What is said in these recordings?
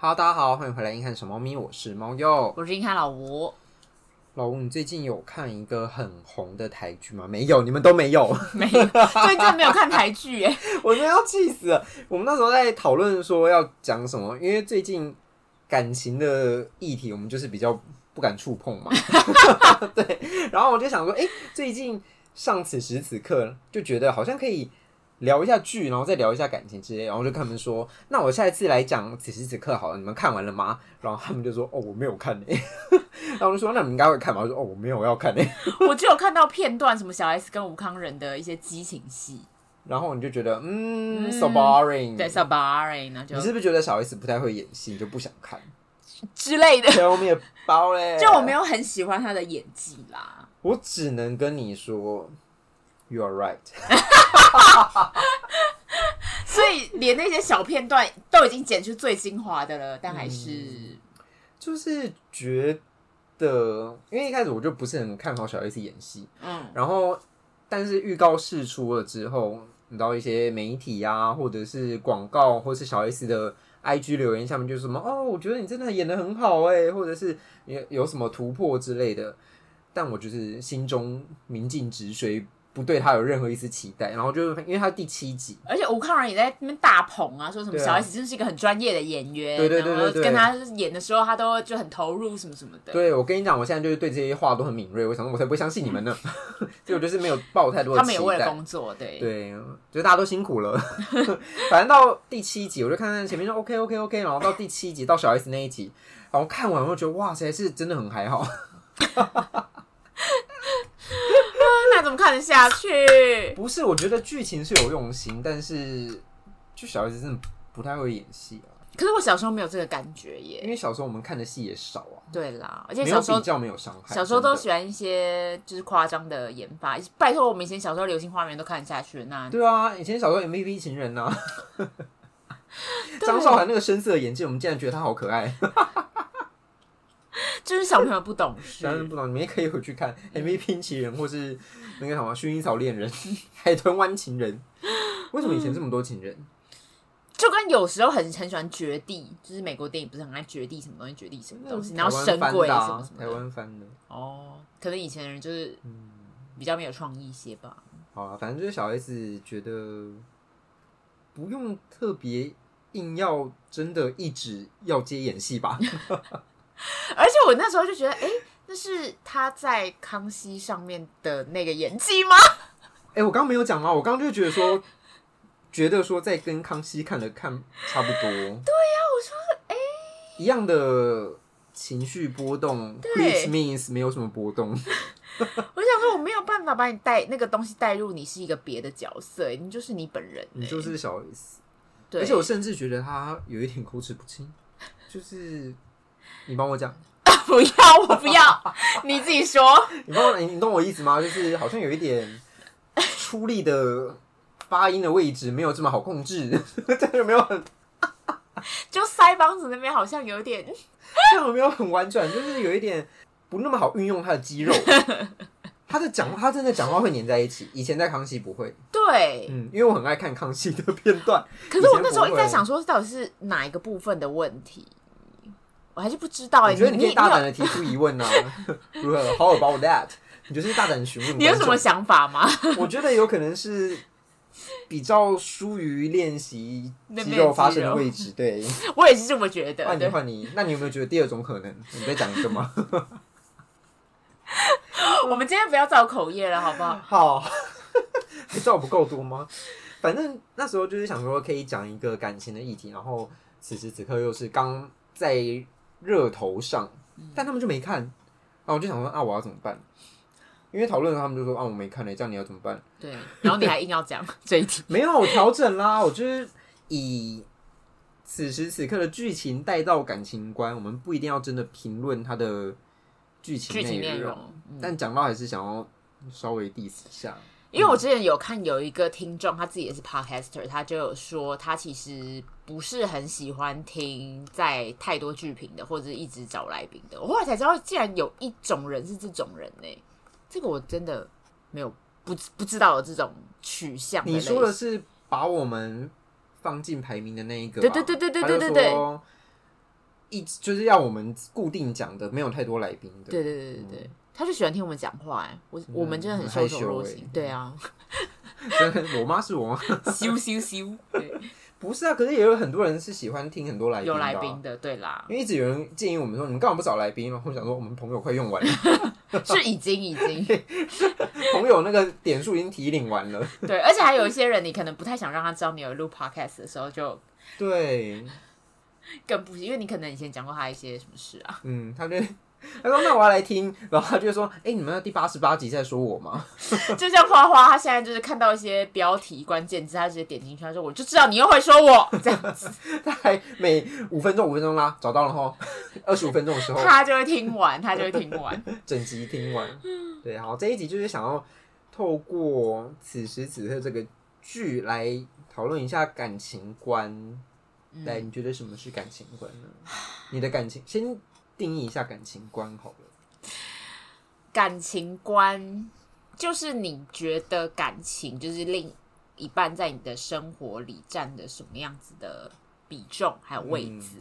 Hello， 大家好，欢迎回来硬汉小猫咪，我是猫鼬， 我是硬汉老吴。 老吴，你最近有看一个很红的台剧吗？没有，你们都没有， 没有，最近没有看台剧耶， 我真的要气死了。我们那时候在讨论说要讲什么，因为最近感情的议题，我们就是比较不敢触碰嘛。对，然后我就想说，最近上此时此刻，就觉得好像可以聊一下剧，然后再聊一下感情之类，然后就跟他们说，那我下一次来讲此时此刻好了，你们看完了吗？然后他们就说，我没有看然后我就说，那你们应该会看吧？我说，我没有要看我就有看到片段，什么小 S 跟吴慷仁的一些激情戏， 然后你就觉得，so boring， 对 ，so boring， 那就你是不是觉得小 S 不太会演戏，你就不想看之类的 ？Tell me about it， 就我没有很喜欢他的演技啦。 我只能跟你说 ，You are right 。 所以连那些小片段都已经剪出最精华的了，但还是、 就是觉得，因为一开始我就不是很看好小 S 演戏，然后但是预告释出了之后，你知道一些媒体啊，或者是广告，或是小 S 的 IG 留言下面就是什么我觉得你真的演得很好或者是有什么突破之类的，但我就是心中明镜止水。不对他有任何一丝期待，然后就因为他第7集， 而且吴慷仁也在那边大捧啊，说什么小 S 真是一个很专业的演员， 对， 然后跟他演的时候，他都就很投入什么什么的。 对，我跟你讲，我现在就是对这些话都很敏锐，我想说我才不会相信你们呢，所以我就是没有抱太多的期待。 他们也为了工作，对， 就是大家都辛苦了。反正到第7集，我就看看前面说 OK， 然后到第7集到小 S 那一集，然后看完我就觉得哇塞，是真的很还好。 那怎么看得下去？ 不是，我觉得剧情是有用心，但是就小 S 真的不太会演戏啊。 可是我小时候没有这个感觉耶， 因为小时候我们看的戏也少啊。 对啦，而且小时候没有比较没有伤害， 小时候都喜欢一些就是夸张的演法。拜托，我们以前小时候流星花园都看得下去，那对啊，以前小时候 MVP 情人啊，张韶涵那个深色的眼镜，我们竟然觉得他好可爱。 就是小朋友不懂事， 当然不懂，你们也可以回去看 MVP 情人，或是那个什么薰衣草恋人、海豚湾情人。为什么以前这么多情人？ 就跟有时候很喜欢绝地，就是美国电影不是很爱绝地什么东西，绝地什么东西，然后神鬼什么什么的， 台湾翻的。 可能以前的人就是比较没有创意一些吧。 好啊，反正就是小 S 觉得不用特别硬要真的一直要接演戏吧。 而且我那时候就觉得，那是他在康熙上面的那个演技吗？ 我刚刚没有讲吗？我刚刚就觉得说在跟康熙看差不多。对呀， 我说一样的情绪波动 ，which means 没有什么波动。 我想说，我没有办法把你那个东西带入，你是一个别的角色，你就是你本人， 你就是小 S。 对， 而且我甚至觉得他有一点口齿不清，就是你帮我讲。 不要，我不要，你自己说。 你懂我意思吗？就是好像有一点出力的发音的位置没有这么好控制，这样有没有很？ 就腮帮子那边好像有点， 这样有没有很婉转？就是有一点不那么好运用他的肌肉。他真的讲话会黏在一起，以前在康熙不会。 对， 因为我很爱看康熙的片段。 可是我那时候一直在想说，到底是哪一个部分的问题？我还是不知道我觉得你可以大胆的提出疑问啊，如何 ？How about that？ 你就是大胆的询问。 你有什么想法吗？ 我觉得有可能是比较疏于练习肌肉发生的位置。对， 我也是这么觉得。 换你，那你有没有觉得第二种可能？你再讲一个吗？ 我们今天不要造口业了，好不好？ 好，还造不够多吗？反正那时候就是想说可以讲一个感情的议题，然后此时此刻又是刚在热头上，但他们就没看，然后我就想说我要怎么办？因为讨论他们就说我没看这样你要怎么办？ 对，然后你还硬要讲这一题， 没有，我调整啦，我就是以此时此刻的剧情带到感情观，我们不一定要真的评论它的剧情内容，但讲到还是想要稍微 diss 一下。 因为我之前有看有一个听众，他自己也是 podcaster， 他就有说他其实不是很喜欢听在太多剧评的，或者是一直找来宾的。我后来才知道，竟然有一种人是这种人呢，这个我真的没有不知道有这种取向的类型。 你说的是把我们放进排名的那一个吧？ 对， 就是要我们固定讲的，没有太多来宾的。 对，他就喜欢听我们讲话我们真的很受宠若惊。对啊， 我妈是我妈， 咻，对。 不是啊，可是也有很多人是喜欢听很多来宾的、 有来宾的，对啦。 因为一直有人建议我们说，你们干嘛不找来宾？然后我想说，我们朋友快用完了， 是已经朋友那个点数已经提领完了。 对，而且还有一些人，你可能不太想让他知道你有录 podcast 的时候，就对， 更不行，因为你可能以前讲过他一些什么事啊。 他说：“那我要来听。”然后他就说：“你们要第88集在说我吗？” 就像花花，他现在就是看到一些标题关键字，他直接点进去，他说：“我就知道你又会说我这样子。” 他还每5分钟啦，找到了吼，25分钟的时候， 他就会听完， 整集听完。对，好，这一集就是想要透过此时此刻这个剧来讨论一下感情观。来，你觉得什么是感情观呢？你的感情先定义一下感情观好了。 感情观就是你觉得感情就是另一半在你的生活里占的什么样子的比重还有位置。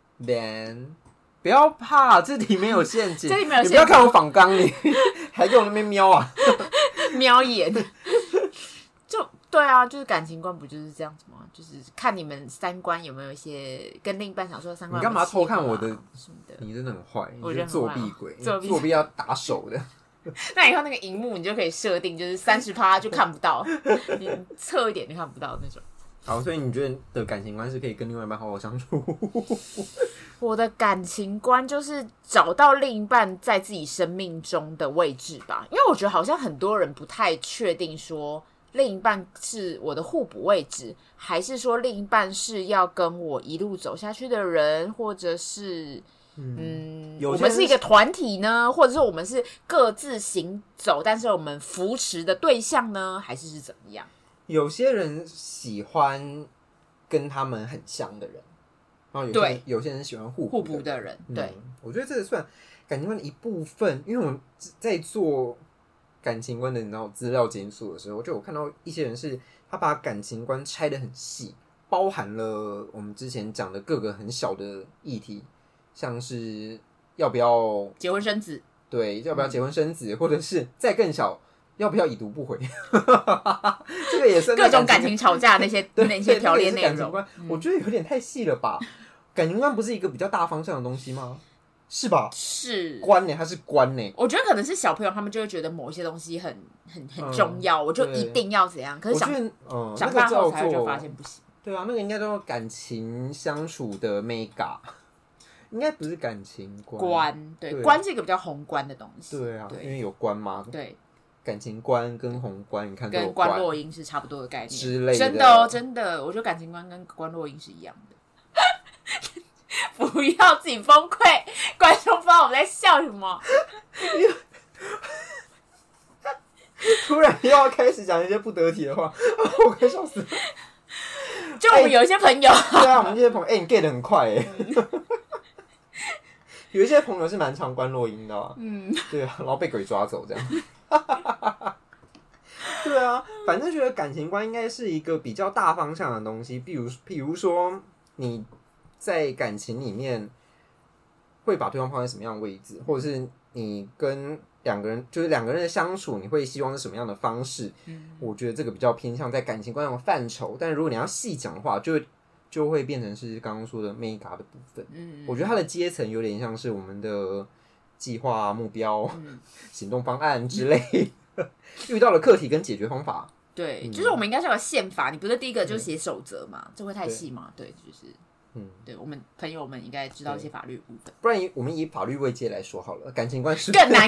Then 不要怕，这里没有陷阱， 这里没有陷阱， 你不要看我访纲里还给我那边瞄啊， 瞄眼。就对啊，就是感情观不就是这样子吗？就是看你们三观有没有一些跟另一半想说的三观有没有契合啊。 你干嘛偷看我的什么的？ 你真的很坏， 我觉得你是作弊鬼， 作弊要打手的。 那以后那个荧幕你就可以设定，就是30%就看不到，你侧一点就看不到那种。 好，所以你觉得的感情观是可以跟另外一半好好相处？ 我的感情观就是找到另一半在自己生命中的位置吧，因为我觉得好像很多人不太确定说另一半是我的互补位置，还是说另一半是要跟我一路走下去的人，或者是我们是一个团体呢，或者是我们是各自行走，但是我们扶持的对象呢，还是怎么样？ 有些人喜欢跟他们很像的人，然后有些人喜欢互补的人。对，我觉得这个算感情观的一部分，因为我们在做感情观的你知道资料检索的时候，就有看到一些人是他把感情观拆得很细，包含了我们之前讲的各个很小的议题，像是要不要结婚生子， 对，要不要结婚生子，或者是再更小。要不要已读不回？这个也是各种感情吵架那些条列内容。 我觉得有点太细了吧？感情观不是一个比较大方向的东西吗？是吧？ 是观呢，它是观呢。 我觉得可能是小朋友他们就会觉得某些东西很重要，我就一定要怎样。可是长大后才就发现不行。 对啊，那个应该叫做感情相处的 mega， 应该不是感情观。 对，观是一个比较宏观的东西。 对啊，因为有观嘛。 对。 感情观跟宏观，你看都有跟观落阴是差不多的概念之类的， 真的哦，真的，我觉得感情观跟观落阴是一样的。不要自己崩溃，观众不知道我们在笑什么。 突然又要开始讲一些不得体的话，我快笑死了。 就我们有一些朋友， 对啊，我们这些朋友，你 get 得很快哎。有一些朋友是蛮常观落阴的，对啊，然后被鬼抓走这样。对啊，反正觉得感情观应该是一个比较大方向的东西，譬如说你在感情里面会把对方放在什么样的位置，或者是你跟两个人的相处，你会希望是什么样的方式？我觉得这个比较偏向在感情观的范畴，但如果你要细讲的话，就会变成是刚刚说的 mega 的部分。我觉得它的阶层有点像是我们的计划、目标、行动方案之类遇到了课题跟解决方法。 对，就是我们应该是有个宪法，你不是第一个就写守则嘛？这会太细吗？对，就是对，我们朋友们应该知道一些法律部分。 不然我们以法律位阶来说好了，感情观是更难。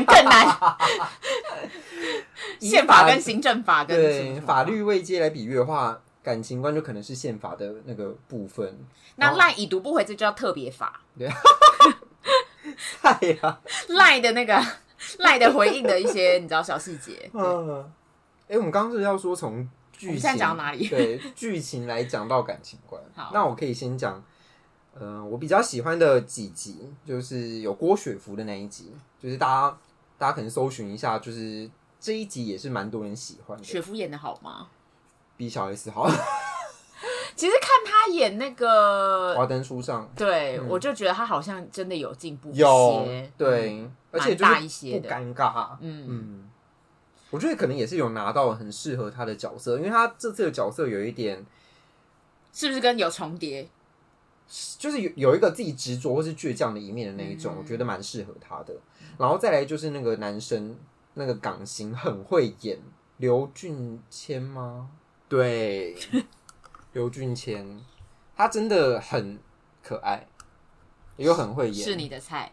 宪法跟行政法跟对法律位阶来比喻的话，感情观就可能是宪法的那个部分。 那赖已读不回，这就叫特别法。 对。太啊！ 赖的那个赖的回应的一些你知道小细节。 我们刚刚是要说从剧情， 现在讲到哪里？ 对，剧情来讲到感情观。好，那我可以先讲，我比较喜欢的几集，就是有郭雪芙的那一集，就是大家可能搜寻一下，就是这一集也是蛮多人喜欢的。 雪芙演的好吗？ 比小 S 好。 其实看他演那个华灯初上， 对、我就觉得他好像真的有进步一有些， 对，而且大一些的， 不尴尬。我觉得可能也是有拿到很适合他的角色，因为他这次的角色有一点， 是不是跟有重叠？ 就是有一个自己执着或是倔强的一面的那一种，我觉得蛮适合他的。然后再来就是那个男生，那个港星很会演，刘俊谦吗？对，刘俊谦，他真的很可爱，又很会演， 是你的菜。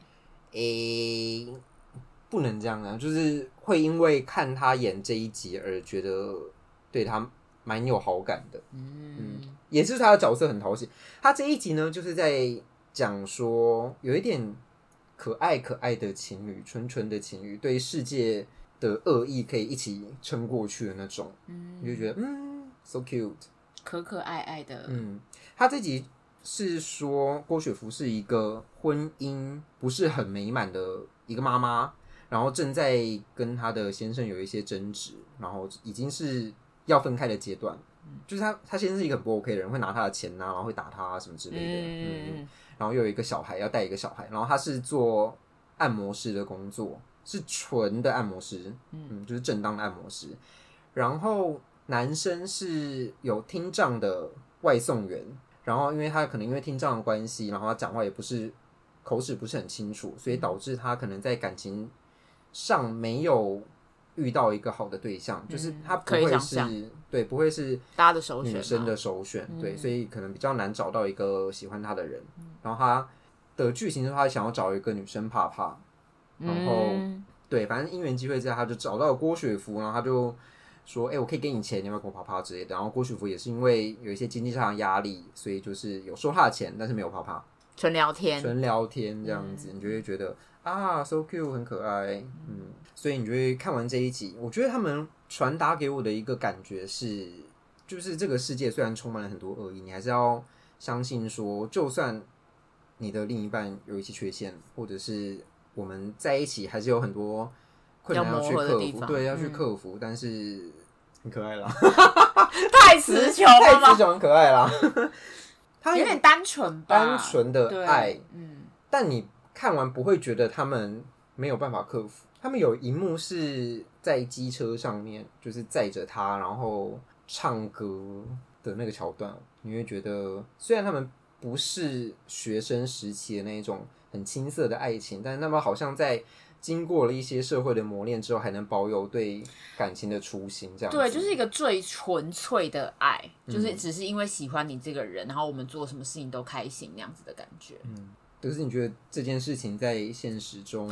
不能这样啊，就是会因为看他演这一集而觉得对他蛮有好感的。也是他的角色很讨喜。他这一集呢，就是在讲说有一点可爱可爱的情侣，纯纯的情侣，对世界的恶意可以一起撑过去的那种。你就觉得so cute， 可可爱爱的。 他这集是说郭雪芙是一个婚姻不是很美满的一个妈妈，然后正在跟她的先生有一些争执，然后已经是要分开的阶段。就是他先生是一个很不 OK 的人，会拿他的钱然后会打他什么之类的。然后又有一个小孩要带一个小孩，然后他是做按摩师的工作，是纯的按摩师，就是正当的按摩师。然后男生是有听障的外送员，然后因为他可能因为听障的关系，然后他讲话也不是口齿不是很清楚，所以导致他可能在感情上没有遇到一个好的对象，就是他不会是对，不会是大家的首选， 女生的首选，对，所以可能比较难找到一个喜欢他的人。然后他的剧情是他想要找一个女生怕怕，然后对，反正因缘机会之下，他就找到了郭雪芙，然后他就说：“我可以给你钱，你要不要跟我啪啪之类的。”然后郭雪芙也是因为有一些经济上的压力，所以就是有收他的钱，但是没有啪啪， 纯聊天这样子，你就会觉得so cute 很可爱，所以你就会看完这一集，我觉得他们传达给我的一个感觉是，就是这个世界虽然充满了很多恶意，你还是要相信说，就算你的另一半有一些缺陷，或者是我们在一起还是有很多困难要去克服，对，要去克服，但是很可爱啦， 太词穷了吗？ 太词穷，很可爱啦， 他有点单纯吧， 单纯的爱，但你看完不会觉得他们没有办法克服。他们有一幕是在机车上面，就是载着他，然后唱歌的那个桥段，你会觉得虽然他们不是学生时期的那一种很青涩的爱情，但是他们好像在经过了一些社会的磨练之后，还能保有对感情的初心，这样子。 对，就是一个最纯粹的爱，就是只是因为喜欢你这个人，然后我们做什么事情都开心那样子的感觉。 可是你觉得这件事情在现实中，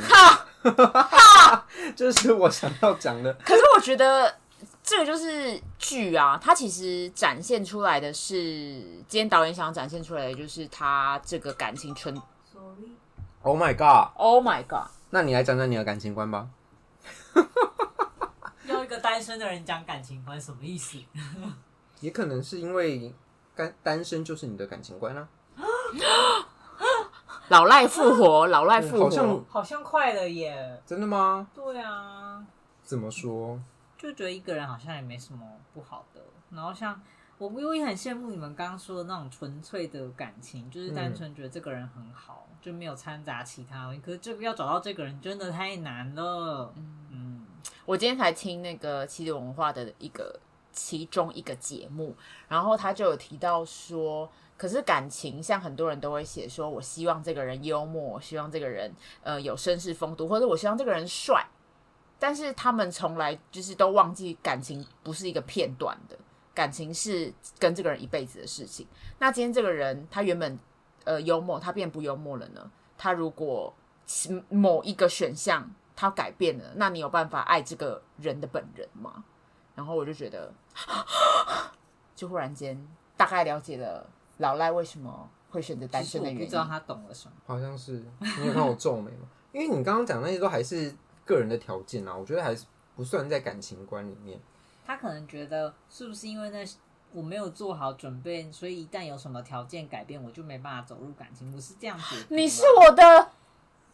这是我想要讲的。 可是我觉得这个就是剧啊，它其实展现出来的是，今天导演想要展现出来的就是他这个感情纯。 Oh my god! Oh my god! 那你来讲讲你的感情观吧。 要一个单身的人讲感情观什么意思？ 也可能是因为单身就是你的感情观啊。 老赖复活，老赖复活， 好像快了耶！ 真的吗？ 对啊。 怎么说？ 就觉得一个人好像也没什么不好的。然后像我也很羡慕你们刚刚说的那种纯粹的感情，就是单纯觉得这个人很好，就没有掺杂其他东西。可是这个要找到这个人真的太难了。 我今天才听那个七里文化的其中一个节目，然后他就有提到说，可是感情像很多人都会写说，我希望这个人幽默，我希望这个人有绅士风度，或者我希望这个人帅，但是他们从来就是都忘记感情不是一个片段的，感情是跟这个人一辈子的事情。那今天这个人他原本幽默，他变不幽默了呢？他如果某一个选项他改变了，那你有办法爱这个人的本人吗？然后我就觉得，就忽然间大概了解了老赖为什么会选择单身的原因。 我不知道他懂了什么。 好像是你有看我皱眉吗？因为你刚刚讲那些都还是个人的条件啊，我觉得还是不算在感情观里面。 他可能觉得是不是因为我没有做好准备，所以一旦有什么条件改变，我就没办法走入感情。不是这样子。 你是我的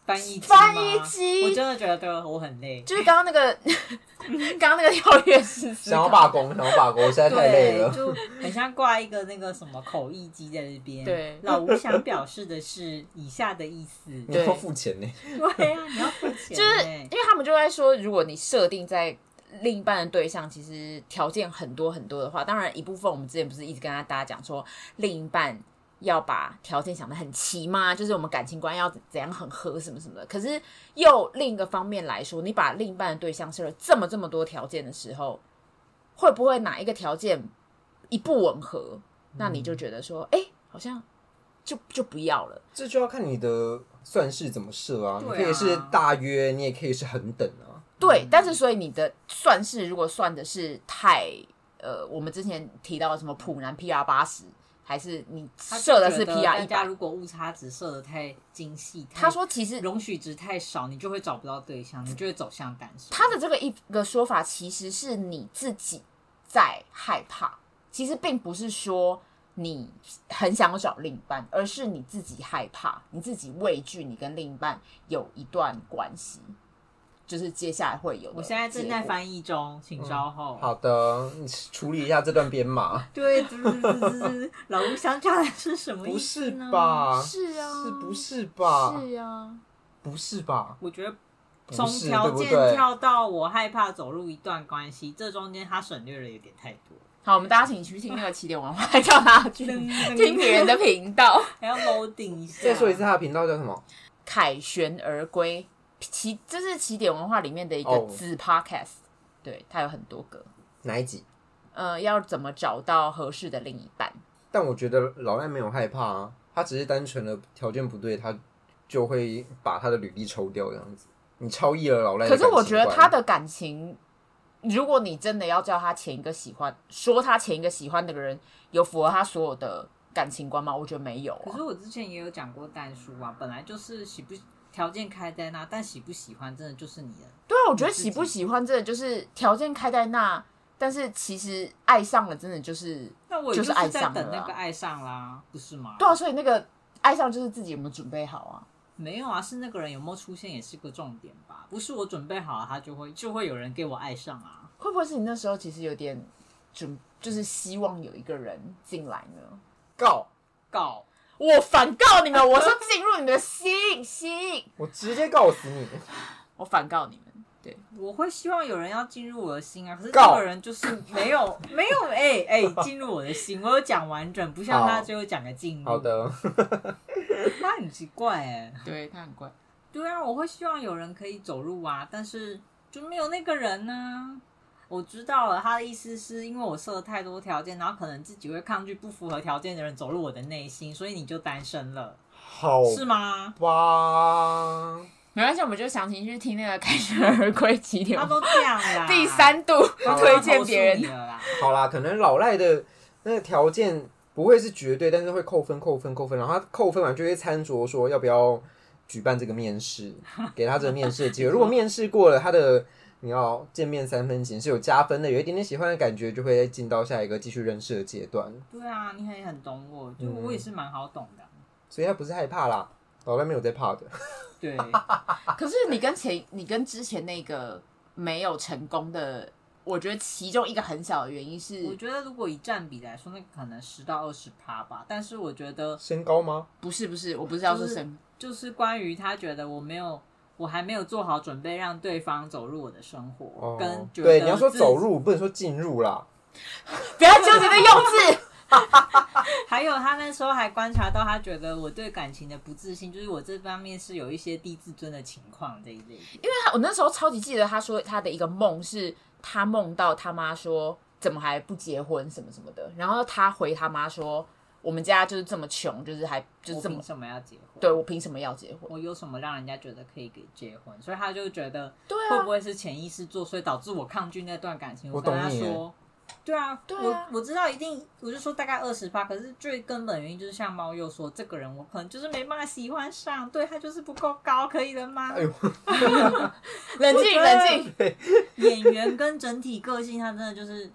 翻译机， 我真的觉得我很累。 就是刚刚那个跳跃式思考， 想要罢工，我实在太累了， 就很像挂一个那个什么口译机在这边。 对， 老吴想表示的是以下的意思。 你要付钱呢？ 对啊，你要付钱。 就是因为他们就在说，如果你设定在另一半的对象其实条件很多很多的话，当然一部分我们之前不是一直跟大家讲说，另一半要把条件想得很齐嘛，就是我们感情观要怎样很合什么什么的。可是又另一个方面来说，你把另一半的对象设了这么多条件的时候，会不会哪一个条件一不吻合，那你就觉得说，好像就不要了。 这就要看你的算式怎么设啊，你可以是大约，你也可以是恒等啊。 对，但是所以你的算式如果算的是太我们之前提到的什么普男 PR80，还是你设的是 PR100？ 大家如果误差值设的太精细， 他说其实容许值太少，你就会找不到对象，你就会走向单身。 他的这个一个说法其实是你自己在害怕，其实并不是说你很想要找另一半，而是你自己害怕，你自己畏惧你跟另一半有一段关系。就是接下来会有的。 我现在正在翻译中，请稍后。 好的，你处理一下这段编码。 对，老吴想讲的是什么意思呢？ 不是吧？ 是啊， 是不是吧？ 是啊， 不是吧？ 我觉得从条件跳到我害怕走入一段关系，这中间他省略了有点太多。 好，我们大家请去听那个起点文化，叫他去听别人的频道， 还要 loading 一下。 再说一次，他的频道叫什么？ 凯旋而归。这是起点文化里面的一个子 podcast，对，它有很多个。 哪一集？ 要怎么找到合适的另一半？ 但我觉得老赖没有害怕啊，他只是单纯的条件不对，他就会把他的履历抽掉这样子。你超越了老赖的感情观。 可是我觉得他的感情，如果你真的要叫他前一个喜欢，说他前一个喜欢的人有符合他所有的感情观吗？我觉得没有啊。 可是我之前也有讲过但书啊，本来就是条件开在那，但喜不喜欢真的就是你的。 对啊，我觉得喜不喜欢真的就是条件开在那，但是其实爱上了真的就是那我也就是爱上了， 在等那个爱上啦，不是吗？ 对啊，所以那个爱上就是自己有没有准备好啊？ 没有啊，是那个人有没有出现也是个重点吧？不是我准备好了，他就会有人给我爱上啊？ 会不会是你那时候其实有点就是希望有一个人进来呢？ 告。 我反告你们！我说进入你的心， 我直接告死你！ 我反告你们。对， 我会希望有人要进入我的心啊，可是这个人就是没有进入我的心。我有讲完整，不像他最后讲的进入。 好的， 他很奇怪对他很怪。 对啊，我会希望有人可以走入啊，但是就没有那个人呢。我知道了，他的意思是因为我设了太多条件，然后可能自己会抗拒不符合条件的人走入我的内心，所以你就单身了， 好是吗？ 吧， 没关系，我们就详情去听那个凯旋而归起点， 他都这样啦， 第3度推荐别人了啦。 好啦，可能老赖的那个条件不会是绝对，但是会扣分，然后他扣分完就会参酌说要不要举办这个面试，给他这个面试的机会。如果面试过了，他的你要见面3分情是有加分的，有一点点喜欢的感觉，就会进到下一个继续认识的阶段。 对啊，你也很懂我，就我也是蛮好懂的， 所以他不是害怕啦，老赖没有在怕的。 对， 可是你跟之前那个没有成功的，我觉得其中一个很小的原因是， 我觉得如果以占比来说，那可能10到20%吧。但是我觉得身高吗？ 不是，我不是要说就是关于他觉得我还没有做好准备让对方走入我的生活，跟觉得对你要说走入，不能说进入啦。 不要纠结的用字。 还有他那时候还观察到，他觉得我对感情的不自信，就是我这方面是有一些低自尊的情况这一类的。 因为我那时候超级记得他说他的一个梦是，他梦到他妈说怎么还不结婚什么什么的，然后他回他妈说我们家就是这么穷，就是这么， 我凭什么要结婚？ 对，我凭什么要结婚？ 我有什么让人家觉得可以给结婚？所以他就觉得， 对啊， 会不会是潜意识作祟导致我抗拒那段感情？我跟他说，对啊，我知道一定，我就说大概20%，可是最根本原因就是像猫又说，这个人我可能就是没办法喜欢上，对他就是不够高，可以了吗？ 哎呦， 冷静。 演员跟整体个性，他真的就是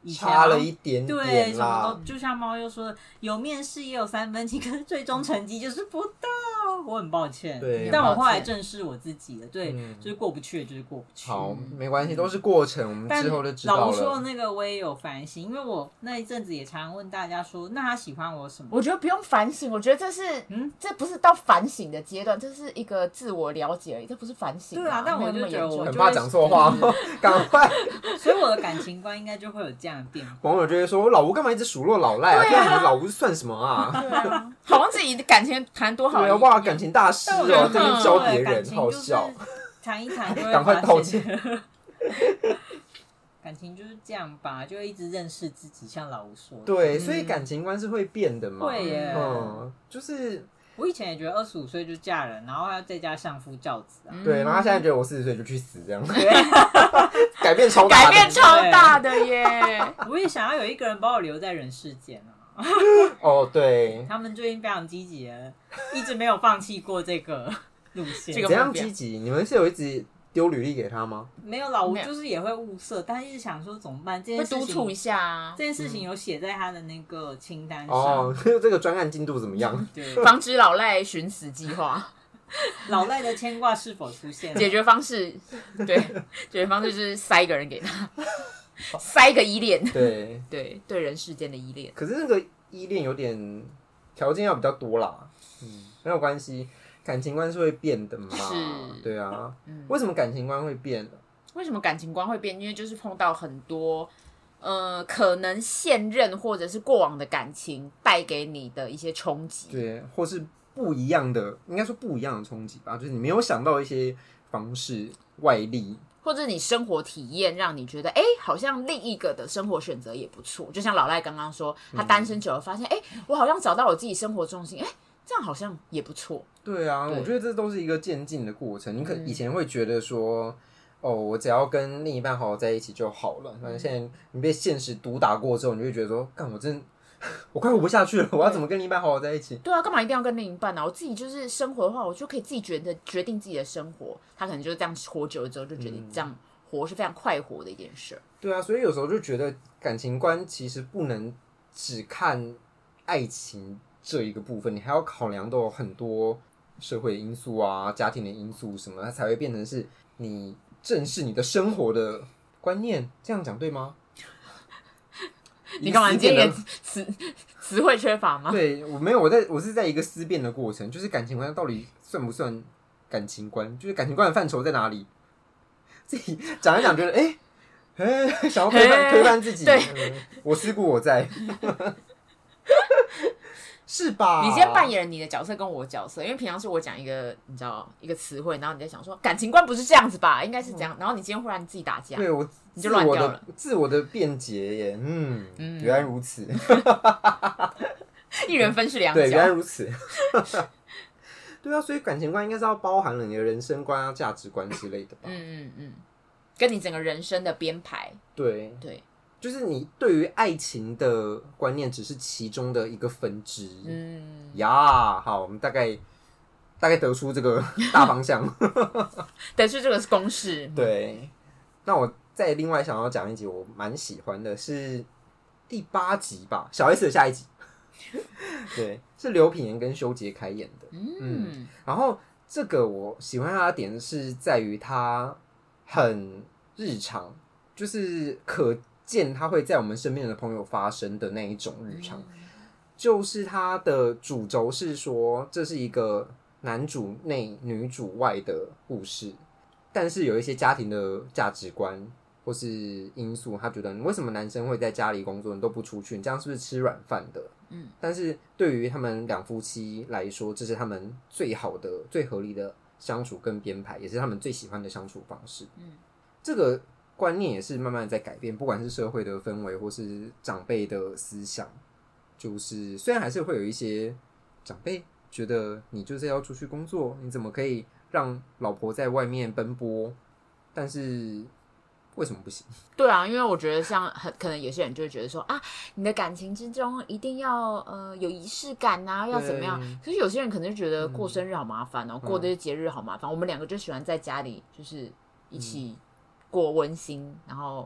差了一点点啦。 对，什么都就像猫又说，有面试也有3分期，可是最终成绩就是不到。我很抱歉， 对， 但我后来正视我自己了，对，就是过不去，就是过不去。 好，没关系，都是过程，我们之后就知道了。 老吴说的那个我也有反省，因为我那一阵子也常问大家说，那他喜欢我什么？ 我觉得不用反省，我觉得这是，这不是到反省的阶段，这是一个自我了解而已，这不是反省。 对啊，但我就觉得我很怕讲错话，赶快。 所以我的感情观应该就会有这样的变化。 网友就会说，老吴干嘛一直数落老赖啊？对啊，老吴算什么啊？ 对啊，好像自己的感情谈多好。 对啊，哇，感情大师哦，这边教别人，好笑。 谈一谈就会赶快道歉。 感情就是这样吧，就会一直认识自己，像老吴说的。 对，所以感情观是会变的嘛。 会耶。 就是我以前也觉得25岁就嫁人，然后要在家相夫教子啊。 对，然后他现在觉得我40岁就去死这样。改变超大的， 改变超大的耶！ 我也想要有一个人把我留在人世间啊。 哦，对， 他们最近非常积极的，一直没有放弃过这个路线。 怎样积极？你们是有一直丢履历给他吗？ 没有啦，我就是也会物色，但一直想说怎么办？这件事情会督促一下啊。 这件事情有写在他的那个清单上。 哦，这个专案进度怎么样？ 对， 防止老赖寻死计划。 老赖的牵挂是否出现？ 解决方式，对，解决方式就是塞一个人给他，塞一个依恋。 对对人世间的依恋。 可是那个依恋有点条件要比较多啦。没有关系。感情观是会变的嘛？ 是， 对啊。为什么感情观会变？ 为什么感情观会变？因为就是碰到很多可能现任或者是过往的感情带给你的一些冲击， 对，或是不一样的，应该说不一样的冲击吧，就是你没有想到一些方式外力， 或者你生活体验让你觉得，好像另一个的生活选择也不错。就像老赖刚刚说，他单身久了发现，我好像找到我自己生活重心，这样好像也不错。 对啊，我觉得这都是一个渐进的过程。你以前会觉得说，我只要跟另一半好好在一起就好了。但是现在你被现实毒打过之后，你就会觉得说，干，我快活不下去了，我要怎么跟另一半好好在一起？ 对啊，干嘛一定要跟另一半呢？我自己就是生活的话，我就可以自己决定自己的生活。他可能就这样活久了之后，就觉得这样活是非常快活的一件事。 对啊，所以有时候就觉得感情观其实不能只看爱情这一个部分，你还要考量到很多社会因素啊、家庭的因素什么，它才会变成是你正视你的生活的观念。这样讲对吗？ 你干嘛？你今天词汇缺乏吗？ 对，我没有，我是在一个思辨的过程，就是感情观到底算不算感情观？就是感情观的范畴在哪里？自己讲一讲，觉得想要推翻自己，我思故我在。是吧？ 你今天扮演了你的角色跟我的角色，因为平常是我讲一个你知道一个词汇，然后你在想说感情观不是这样子吧，应该是这样，然后你今天忽然自己打架， 对我你就乱掉了， 自我的辩解耶，原来如此， 一人分饰两角， 对，原来如此，对啊，所以感情观应该是要包含了你的人生观啊、价值观之类的吧， 跟你整个人生的编排， 对。就是你对于爱情的观念只是其中的一个分支，好，我们大概得出这个大方向， 得出这个公式。 对，那我再另外想要讲一集我蛮喜欢的是第8集吧，小 S 的下一集，对，是刘品言跟修杰楷演的，然后这个我喜欢他的点是在于他很日常，就是可见他会在我们身边的朋友发生的那一种日常，就是他的主轴是说这是一个男主内女主外的故事，但是有一些家庭的价值观或是因素，他觉得你为什么男生会在家里工作，你都不出去，你这样是不是吃软饭的？但是对于他们两夫妻来说，这是他们最好的、最合理的相处跟编排，也是他们最喜欢的相处方式。这个观念也是慢慢在改变，不管是社会的氛围或是长辈的思想，就是虽然还是会有一些长辈觉得你就是要出去工作，你怎么可以让老婆在外面奔波？但是为什么不行？ 对啊，因为我觉得像可能有些人就会觉得说啊，你的感情之中一定要有仪式感啊，要怎么样？可是有些人可能就觉得过生日好麻烦哦，过这些节日好麻烦。我们两个就喜欢在家里就是一起过温馨，然后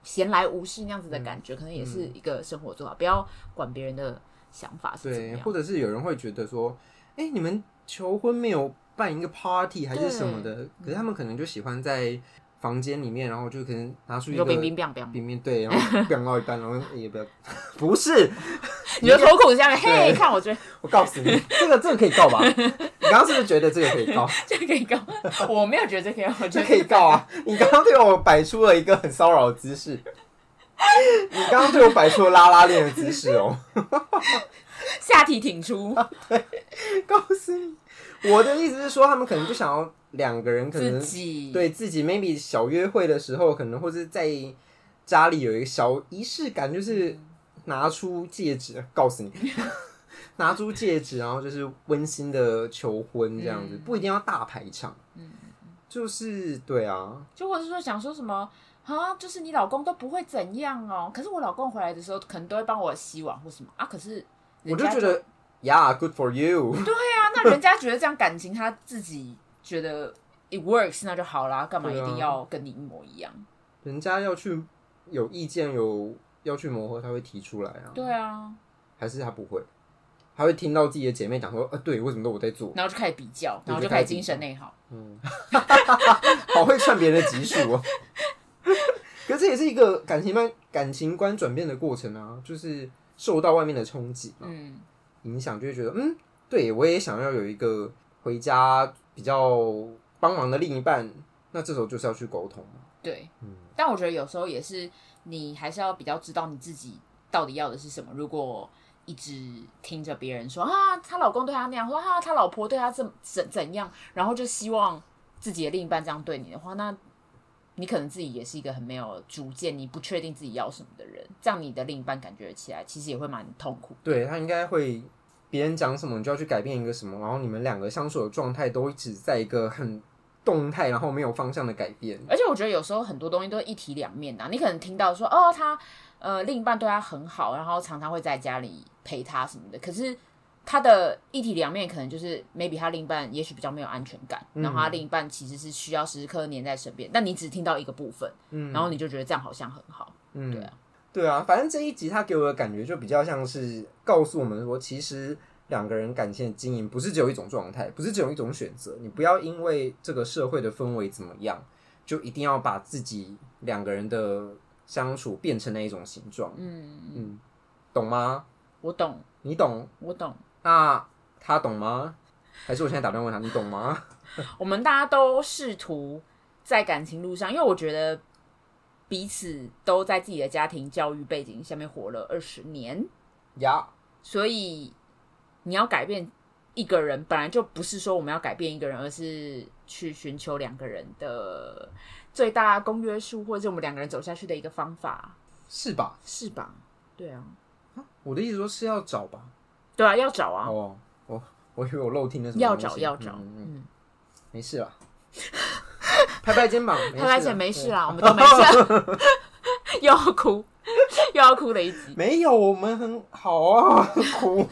闲来无事那样子的感觉，可能也是一个生活做法，不要管别人的想法是怎么样。 对，或者是有人会觉得说，你们求婚没有办一个 party 还是什么的，可是他们可能就喜欢在房间里面，然后就可能拿出一个冰冰， 对，然后冰到一半，然后也不要，不是， 你的脱裤子下面，嘿，看我这， 我告诉你，这个可以告吧？你刚刚是不是觉得这个可以告？ 这个可以告，我没有觉得这可以告，我觉得可以告啊！你刚刚对我摆出了一个很骚扰的姿势，你刚刚对我摆出了拉拉链的姿势哦， 下体挺出， 对，告诉你。我的意思是说，他们可能就想要两个人，可能对自己 maybe 小约会的时候，可能或是在家里有一个小仪式感，就是拿出戒指，告诉你，拿出戒指，然后就是温馨的求婚这样子，不一定要大排场，就是对啊， 就或者是说想说什么啊，就是你老公都不会怎样哦，可是我老公回来的时候，可能都会帮我洗碗或什么啊，可是我就觉得。Yeah, good for you. 对啊，那人家觉得这样感情，他自己觉得 it works， 那就好啦，干嘛一定要跟你一模一样？ 人家要去有意见，要去磨合，他会提出来啊。 对啊， 还是他不会？他会听到自己的姐妹讲说，对，为什么都我在做？ 然后就开始比较，然后就开始精神内耗。 好会串别人的集数哦。可是这也是一个感情观转变的过程啊，就是受到外面的冲击嘛。影响就会觉得，对我也想要有一个回家比较帮忙的另一半，那这时候就是要去沟通嘛。 对，但我觉得有时候也是，你还是要比较知道你自己到底要的是什么。如果一直听着别人说啊，她老公对她那样，说啊，她老婆对她怎样，然后就希望自己的另一半这样对你的话，那你可能自己也是一个很没有主见，你不确定自己要什么的人，这样你的另一半感觉起来其实也会蛮痛苦。 对，他应该会。别人讲什么，你就要去改变一个什么，然后你们两个相处的状态都一直在一个很动态，然后没有方向的改变。 而且我觉得有时候很多东西都一体两面啊。你可能听到说，哦，他另一半对他很好，然后常常会在家里陪他什么的，可是他的一体两面可能就是 maybe 他另一半也许比较没有安全感，然后他另一半其实是需要时时刻刻黏在身边，但你只听到一个部分，然后你就觉得这样好像很好，对啊。 对啊，反正这一集他给我的感觉就比较像是告诉我们说，其实两个人感情的经营不是只有一种状态，不是只有一种选择。你不要因为这个社会的氛围怎么样，就一定要把自己两个人的相处变成那一种形状。懂吗？ 我懂， 你懂， 我懂。 那他懂吗？还是我现在打电话问他，你懂吗？ 我们大家都试图在感情路上，因为我觉得。彼此都在自己的家庭教育背景下面活了20年呀， 所以你要改变一个人，本来就不是说我们要改变一个人，而是去寻求两个人的最大公约数，或者是我们两个人走下去的一个方法， 是吧？ 是吧？对啊， 我的意思说是要找吧？ 对啊，要找啊！ 我以为我漏听了什么东西。 要找， 没事啦。拍拍肩膀， 拍拍肩没事啦，我们都没事。又要哭的一集， 没有，我们很好啊，哭。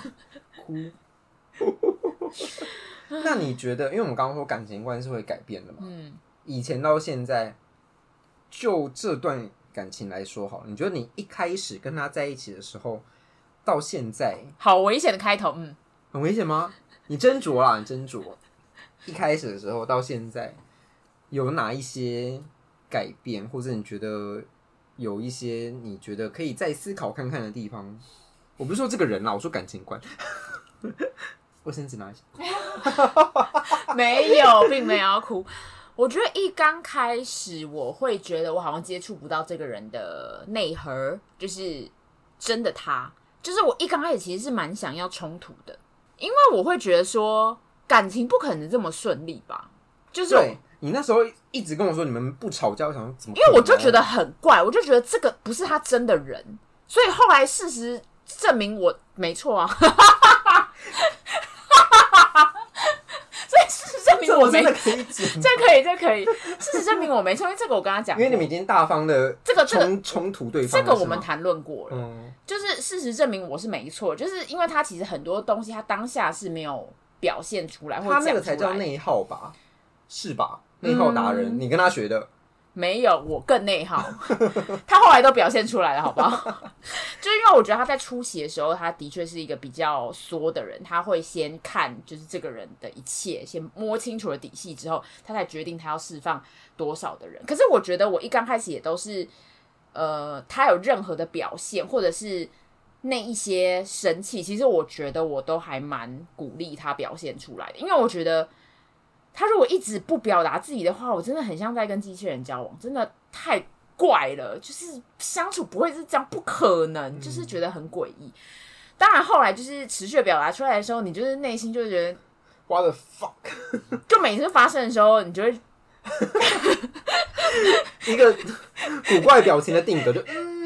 那你觉得，因为我们刚刚说感情观是会改变的嘛？以前到现在，就这段感情来说好了，你觉得你一开始跟他在一起的时候，到现在， 好危险的开头， 很危险吗？你斟酌啦，你斟酌。一开始的时候到现在。有哪一些改变，或者你觉得有一些你觉得可以再思考看看的地方？我不是说这个人啦，我说感情观。卫生纸拿一下。 没有，并没有要哭。我觉得一刚开始，我会觉得我好像接触不到这个人的内核，就是真的他。就是我一刚开始其实是蛮想要冲突的，因为我会觉得说感情不可能这么顺利吧。就是对你那时候一直跟我说你们不吵架，我想说怎么？ 因为我就觉得很怪，我就觉得这个不是他真的人，所以后来事实证明我没错啊。所以事实证明我没这我真的可以剪， 这可以。事实证明我没错，因为这个我跟他讲过， 因为你们已经大方的冲突对方， 这个我们谈论过了。就是事实证明我是没错，就是因为他其实很多东西他当下是没有表现出来，或者他那个才叫内耗吧。是吧？内耗达人，你跟他学的？ 没有，我更内耗。他后来都表现出来了，好不好？就是因为我觉得他在初期的时候，他的确是一个比较缩的人，他会先看就是这个人的一切，先摸清楚了底细之后，他才决定他要释放多少的人。可是我觉得我一刚开始也都是，他有任何的表现，或者是那一些生气，其实我觉得我都还蛮鼓励他表现出来的，因为我觉得。他如果一直不表达自己的话，我真的很像在跟机器人交往，真的太怪了，就是相处不会是这样，不可能，就是觉得很诡异。当然后来就是持续的表达出来的时候，你就是内心就会觉得 What the fuck， 就每次发生的时候，你就会一个古怪表情的定格就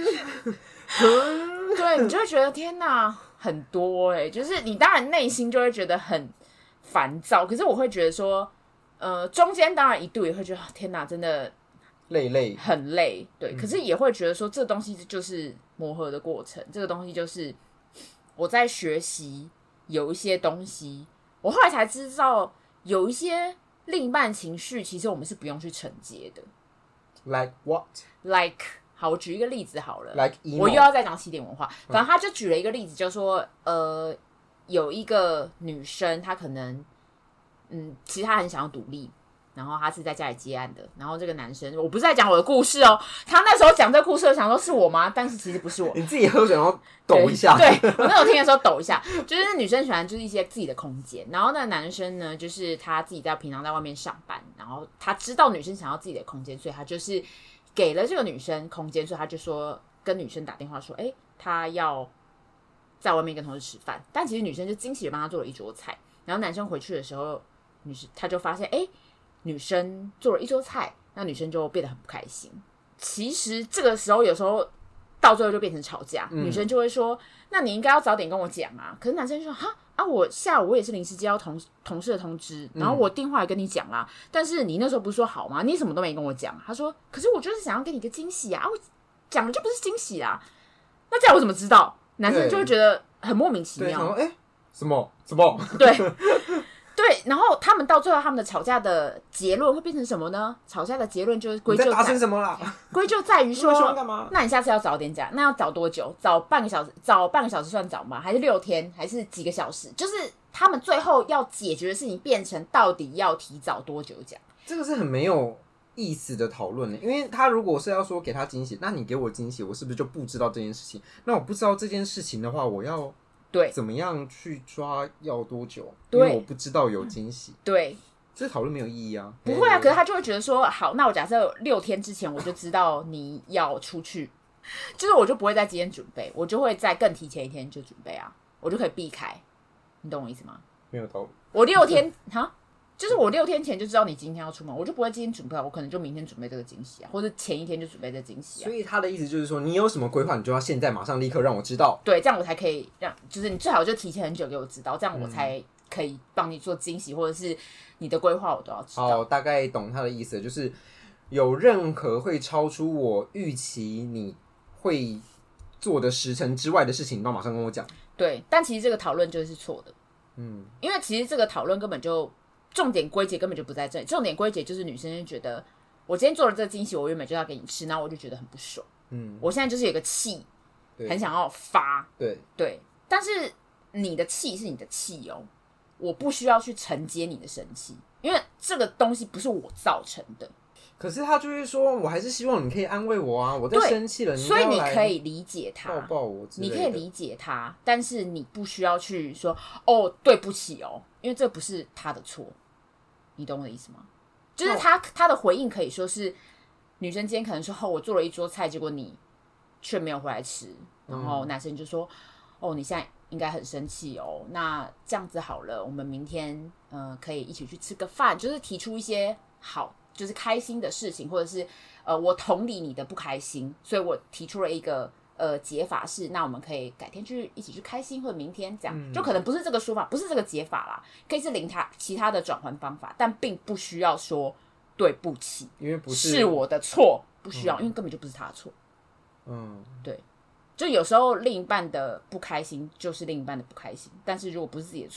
对，你就会觉得天哪，很多就是你当然内心就会觉得很烦躁，可是我会觉得说。中间当然一度也会觉得天哪，真的累， 很累，对。可是也会觉得说，这东西就是磨合的过程，这个东西就是我在学习有一些东西，我后来才知道，有一些另一半情绪，其实我们是不用去承接的。 Like what? Like 好，我举一个例子好了。 Like emo. 我又要再讲起点文化，反正他就举了一个例子，就说有一个女生，她可能。其实他很想要独立，然后他是在家里接案的。然后这个男生，我不是在讲我的故事哦。他那时候讲这个故事，我想说是我吗？但是其实不是我。 你自己喝水然后抖一下。 对，我那时候听的时候抖一下，就是女生喜欢就是一些自己的空间。然后那个男生呢，就是他自己平常在外面上班，然后他知道女生想要自己的空间，所以他就是给了这个女生空间，所以他就说跟女生打电话说，他要在外面跟同事吃饭。但其实女生就惊喜的帮他做了一桌菜。然后男生回去的时候。他就发现，女生做了一桌菜，那女生就变得很不开心。其实这个时候，有时候到最后就变成吵架，女生就会说：“那你应该要早点跟我讲啊。”可是男生就说：“我下午我也是临时接到同事的通知，然后我电话也跟你讲啦，但是你那时候不是说好吗？你什么都没跟我讲。”他说：“可是我就是想要给你一个惊喜啊，我讲的就不是惊喜啊，那这样我怎么知道？”男生就会觉得很莫名其妙。 什么？ 对。对，然后他们到最后，他们的吵架的结论会变成什么呢？吵架的结论就是归咎在你在达成什么啦？ 归咎在于说， 干嘛？ 那你下次要早点讲，那要早多久？早半个小时？早半个小时算早吗？还是6天？还是几个小时？就是他们最后要解决的事情变成到底要提早多久讲？ 这个是很没有意思的讨论呢，因为他如果是要说给他惊喜，那你给我惊喜，我是不是就不知道这件事情？那我不知道这件事情的话，我要。 对， 怎么样去抓要多久？ 对， 因为我不知道有惊喜。 对， 这讨论没有意义啊。 不会啊，可是他就会觉得说，好，那我假设6天之前我就知道你要出去，就是我就不会在今天准备，我就会在更提前一天就准备啊，我就可以避开。你懂我意思吗？ 没有道理。 我6天就是我6天前就知道你今天要出门，我就不会今天准备好，我可能就明天准备这个惊喜啊，或者前一天就准备这个惊喜啊。 所以他的意思就是说，你有什么规划，你就要现在马上立刻让我知道。 对，这样我才可以就是你最好就提前很久给我知道，这样我才可以帮你做惊喜，或者是你的规划我都要知道。 大概懂他的意思，就是有任何会超出我预期你会做的时程之外的事情，你都马上跟我讲。 对，但其实这个讨论就是错的。因为其实这个讨论根本就。重点归结根本就不在这里，重点归结就是女生就觉得我今天做了这个惊喜，我原本就要给你吃，然后我就觉得很不爽。我现在就是有个气，很想要发。对，但是你的气是你的气哦，我不需要去承接你的生气，因为这个东西不是我造成的。 可是他就是说，我还是希望你可以安慰我啊！我在生气了， 所以你可以理解他， 抱抱我之类的， 你可以理解他，但是你不需要去说哦，对不起哦，因为这不是他的错，你懂我的意思吗？就是他的回应可以说是女生今天可能说哦，我做了一桌菜，结果你却没有回来吃，然后男生就说哦，你现在应该很生气哦，那这样子好了，我们明天可以一起去吃个饭，就是提出一些好。就是开心的事情，或者是我同理你的不开心，所以我提出了一个解法是，那我们可以改天一起去开心，或者明天这样，就可能不是这个说法，不是这个解法啦，可以是其他的转换方法，但并不需要说对不起， 因为不是我的错，不需要，因为根本就不是他的错。对，就有时候另一半的不开心就是另一半的不开心，但是如果不是自己的错，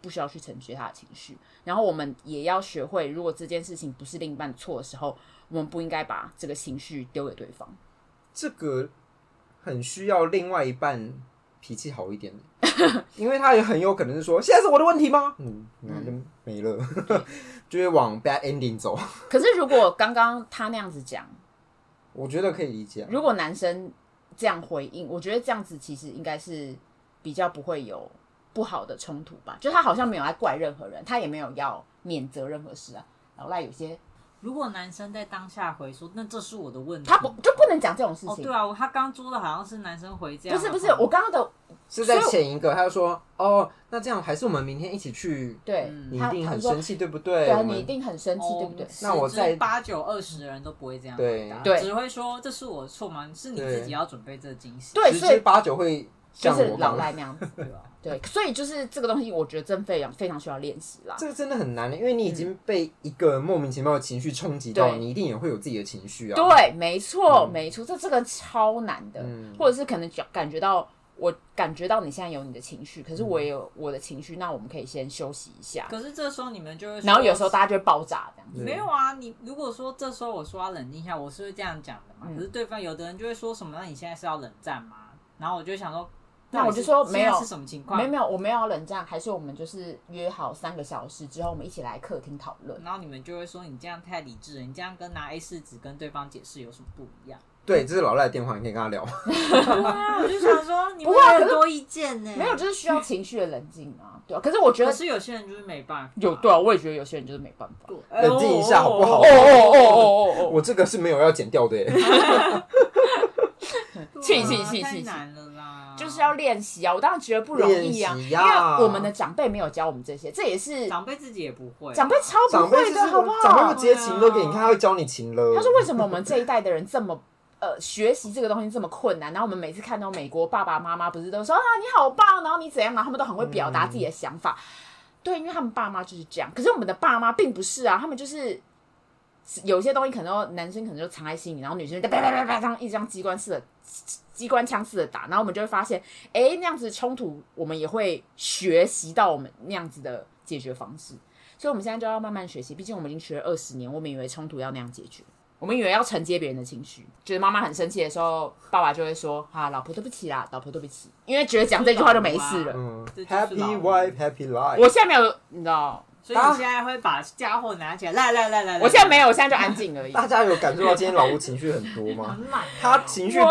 不需要去承接他的情绪，然后我们也要学会，如果这件事情不是另一半的错的时候，我们不应该把这个情绪丢给对方。 这个很需要另外一半脾气好一点的，因为他也很有可能是说现在是我的问题吗？那就没了，就会往 bad ending 走。 可是如果刚刚他那样子讲， 我觉得可以理解。 如果男生这样回应，我觉得这样子其实应该是比较不会有不好的冲突吧。就他好像没有在怪任何人，他也没有要免责任何事啊。老赖有些， 如果男生在当下回说，那这是我的问题， 他就不能讲这种事情。 对啊，他刚说的好像是男生回这样。 不是，我刚刚的是在前一个，他就说那这样还是我们明天一起去。 对， 你一定很生气，对不对？ 对啊，你一定很生气，对不对？ 那我在 8、9、20的人都不会这样回答， 对， 只会说这是我错吗？是你自己要准备这个惊喜。 对， 所以8、9会像就是我老赖那样子，对，所以就是这个东西，我觉得真非常需要练习啦。 这个真的很难，因为你已经被一个莫名其妙的情绪冲击到，你一定也会有自己的情绪啊。 对，没错，这个超难的，或者是可能感觉到你现在有你的情绪，可是我也有我的情绪，那我们可以先休息一下。 可是这时候你们就会说， 然后有时候大家就会爆炸这样子。 没有啊，你如果说这时候我说要冷静一下，我是会这样讲的嘛。可是对方有的人就会说什么，那你现在是要冷战吗？然后我就想说， 那我就说没有， 是什么情况？ 没有，我没有要冷战，还是我们就是约好3个小时之后，我们一起来客厅讨论。 然后你们就会说，你这样太理智了，你这样跟拿 A4 纸跟对方解释有什么不一样？ 对，这是老赖的电话，你可以跟他聊。 对啊，我就想说，你会有很多意见呢。 没有，就是需要情绪的冷静啊，对啊。可是我觉得， 可是有些人就是没办法。 对啊，我也觉得有些人就是没办法。 冷静一下好不好？我这个是没有要剪掉的耶。 气， 太难了啦！ 就是要练习啊！我当然觉得不容易啊，因为我们的长辈没有教我们这些，这也是长辈自己也不会， 长辈超不会的，好不好？ 长辈会直接情勒给你看，他会教你情勒。 他说：“为什么我们这一代的人这么学习这个东西这么困难？然后我们每次看到美国爸爸妈妈不是都说啊你好棒，然后你怎样，然后他们都很会表达自己的想法。对，因为他们爸妈就是这样。可是我们的爸妈并不是啊，他们就是有些东西可能男生可能就藏在心里，然后女生就啪啪啪啪这样一直这样机关枪式的打，然后我们就会发现，那样子冲突我们也会学习到我们那样子的解决方式。所以我们现在就要慢慢学习，毕竟我们已经学了20年，我们以为冲突要那样解决。”我们以为要承接别人的情绪，就是妈妈很生气的时候，爸爸就会说：“老婆对不起啦，老婆对不起。”因为觉得讲这句话就没事了。 Happy wife, happy life。 我现在没有，你知道， 所以你现在会把家伙拿起来，来。 我现在没有，我现在就安静而已。 大家有感受到今天老吴情绪很多吗？他情绪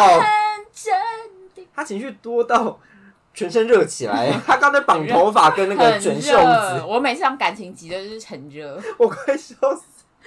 多到全身热起来。他刚才绑头发跟那个卷袖子， 我每次讲感情急的就是很热， 我快笑死。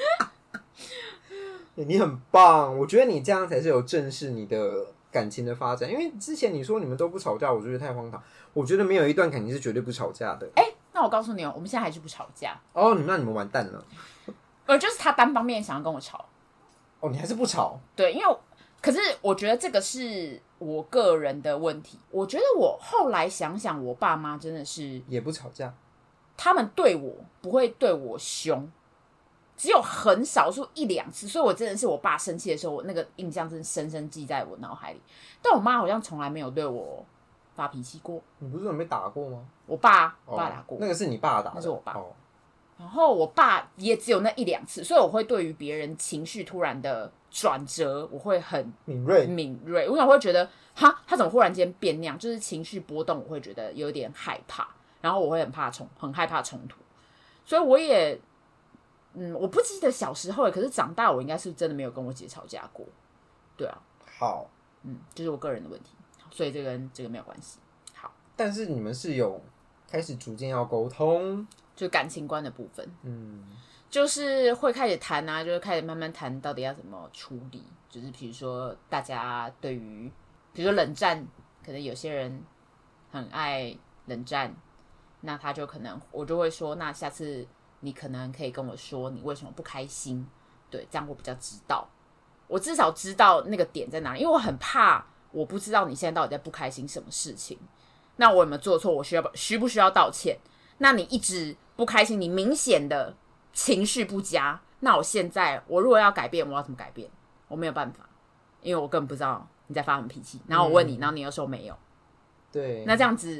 你很棒，我觉得你这样才是有正视你的感情的发展。因为之前你说你们都不吵架，我觉得太荒唐。我觉得没有一段感情是绝对不吵架的。 那我告诉你我们现在还是不吵架。 那你们完蛋了。 就是他单方面想要跟我吵。 你还是不吵？ 对，因为可是我觉得这个是我个人的问题。我觉得我后来想想，我爸妈真的是也不吵架， 他们对我不会对我凶。只有很少数1、2次，所以我真的是我爸生气的时候，我那个印象真的深深记在我脑海里。但我妈好像从来没有对我发脾气过。 你不是有被打过吗？ 我爸打过， 那个是你爸打的， 那是我爸。然后我爸也只有那1、2次，所以我会对于别人情绪突然的转折，我会很敏锐。我会觉得他怎么忽然间变那样，就是情绪波动，我会觉得有点害怕，然后我会很害怕冲突，所以我也。我不记得小时候，可是长大我应该是真的没有跟我姐吵架过，对啊， 好， 就是我个人的问题，所以这跟这个没有关系。好， 但是你们是有开始逐渐要沟通， 就感情观的部分，就是会开始谈啊，就是开始慢慢谈到底要怎么处理，就是比如说大家对于，比如说冷战，可能有些人很爱冷战，那他就可能我就会说，那下次。你可能可以跟我说你为什么不开心，对，这样我比较知道，我至少知道那个点在哪里，因为我很怕我不知道你现在到底在不开心什么事情，那我有没有做错，我需不需要道歉？那你一直不开心，你明显的情绪不佳，那我如果要改变，我要怎么改变？我没有办法，因为我根本不知道你在发什么脾气，然后我问你，然后你又说没有， 对， 那这样子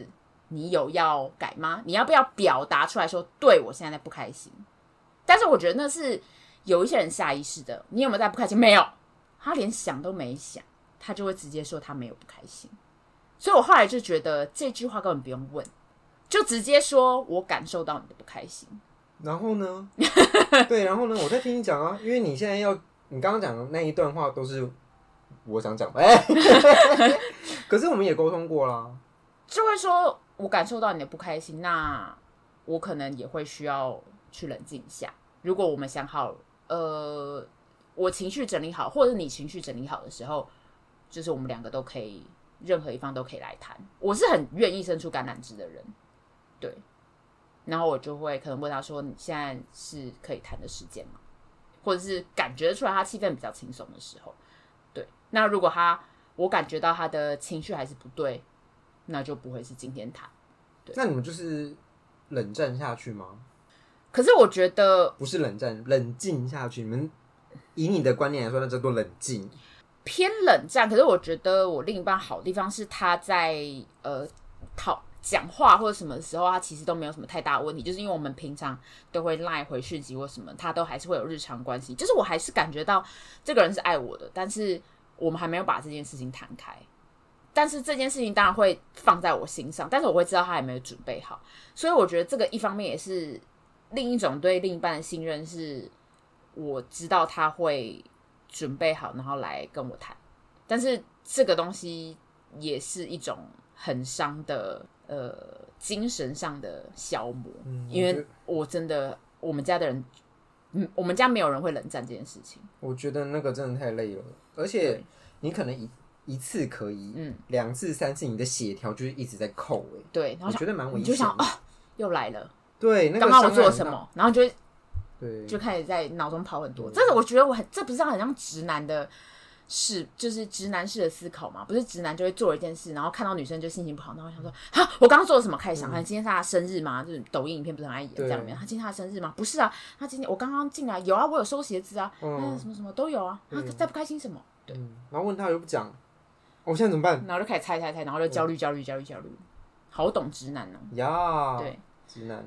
你有要改吗？你要不要表达出来说，对我现在不开心？但是我觉得那是有一些人下意识的，你有没有在不开心？没有，他连想都没想，他就会直接说他没有不开心。所以我后来就觉得这句话根本不用问，就直接说我感受到你的不开心。 然后呢？对，然后呢？我在听你讲啊，因为你现在你刚刚讲的那一段话都是我想讲的，可是我们也沟通过啦， 就会说我感受到你的不开心，那我可能也会需要去冷静一下。如果我们想好，我情绪整理好，或者是你情绪整理好的时候，就是我们两个都可以，任何一方都可以来谈。我是很愿意伸出橄榄枝的人，对。然后我就会可能问他说：“你现在是可以谈的时间吗？”或者是感觉出来他气氛比较轻松的时候，对。那如果我感觉到他的情绪还是不对，那就不会是今天谈。对。 那你们就是冷战下去吗？ 可是我觉得不是冷战，冷静下去。你们以你的观念来说，那叫做冷静， 偏冷战。可是我觉得我另一半好的地方是他在讲话或者什么时候，他其实都没有什么太大的问题，就是因为我们平常都会赖回讯息或什么，他都还是会有日常关系，就是我还是感觉到这个人是爱我的，但是我们还没有把这件事情谈开。但是这件事情当然会放在我心上，但是我会知道他还没有准备好，所以我觉得这个一方面也是另一种对另一半的信任，是我知道他会准备好，然后来跟我谈。但是这个东西也是一种很伤的精神上的消磨，因为我真的我们家的人，我们家没有人会冷战这件事情。我觉得那个真的太累了，而且你可能一次可以，2次3次你的血条就是一直在扣对，然后我觉得蛮危险的。 你就想又来了， 对，那个刚刚我做了什么，然后就开始在脑中跑很多。这是我觉得这不是很像直男的事，就是直男式的思考嘛？不是直男就会做一件事，然后看到女生就心情不好，然后想说我刚刚做了什么？开始想，今天是他的生日吗？就是抖音影片不是很爱演这样没有？他今天他的生日吗？不是啊，他今天我刚刚进来有啊，我有收鞋子啊，什么什么都有啊，他在不开心什么？对， 然后问他又不讲，我现在怎么办？ 然后就开始猜，然后就焦虑，好懂直男哦。 呀， 对， 直男，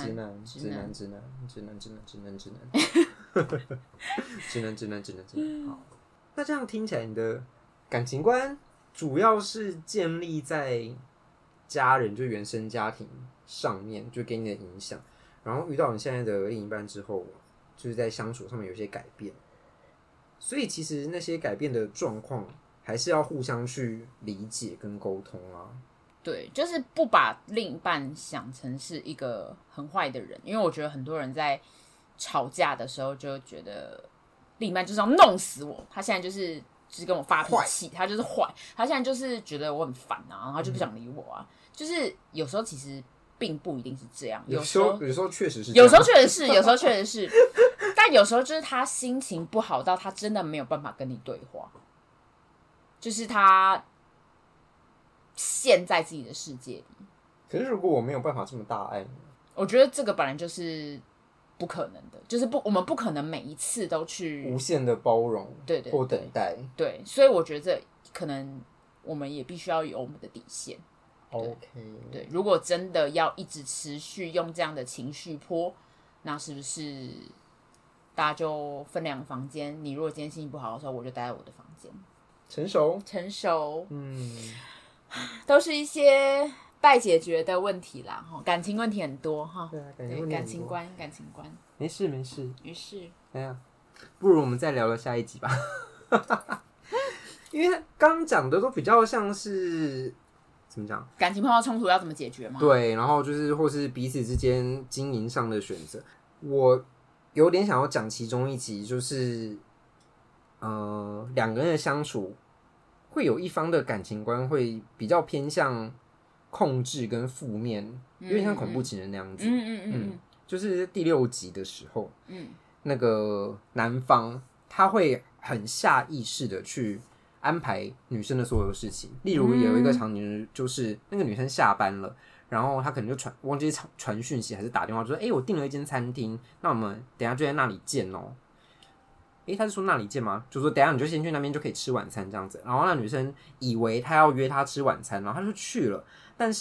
好。那这样听起来，你的感情观主要是建立在家人，就原生家庭上面，就给你的影响。然后遇到你现在的另一半之后，就是在相处上面有些改变。所以其实那些改变的状况，还是要互相去理解跟沟通啊。 对，就是不把另一半想成是一个很坏的人，因为我觉得很多人在吵架的时候就觉得另一半就是要弄死我，他现在就是跟我发脾气，他就是坏，他现在就是觉得我很烦啊，然后就不想理我啊。就是有时候其实并不一定是这样，有时候确实是， 有时候确实是，但有时候就是他心情不好到他真的没有办法跟你对话，就是他陷在自己的世界里。 可是如果我没有办法这么大爱， 我觉得这个本来就是不可能的，就是我们不可能每一次都去无限的包容， 对或等待， 对，所以我觉得这可能我们也必须要有我们的底线。 OK， 对，如果真的要一直持续用这样的情绪波，那是不是大家就分2个房间？你如果今天心情不好的时候，我就待在我的房间。 成熟， 都是一些待解决的问题啦，感情问题很多哈。 对啊， 感情观， 没事。 于是， 哎呀，不如我们再聊了下一集吧。因为刚刚讲的都比较像是怎么讲， 感情碰到冲突要怎么解决吗？ 对，然后就是或是彼此之间经营上的选择。我有点想要讲其中一集，就是2个人的相处，会有一方的感情观会比较偏向控制跟负面，有点像恐怖情人那样子。就是第6集的时候，那个男方他会很下意识的去安排女生的所有事情。例如有一个场景，就是那个女生下班了，然后他可能就忘记传讯息还是打电话，就说：“我订了一间餐厅，那我们等一下就在那里见哦。”他是说那里见吗？就说等一下你就先去那边就可以吃晚餐这样子。然后那女生以为他要约他吃晚餐，然后他就去了。但是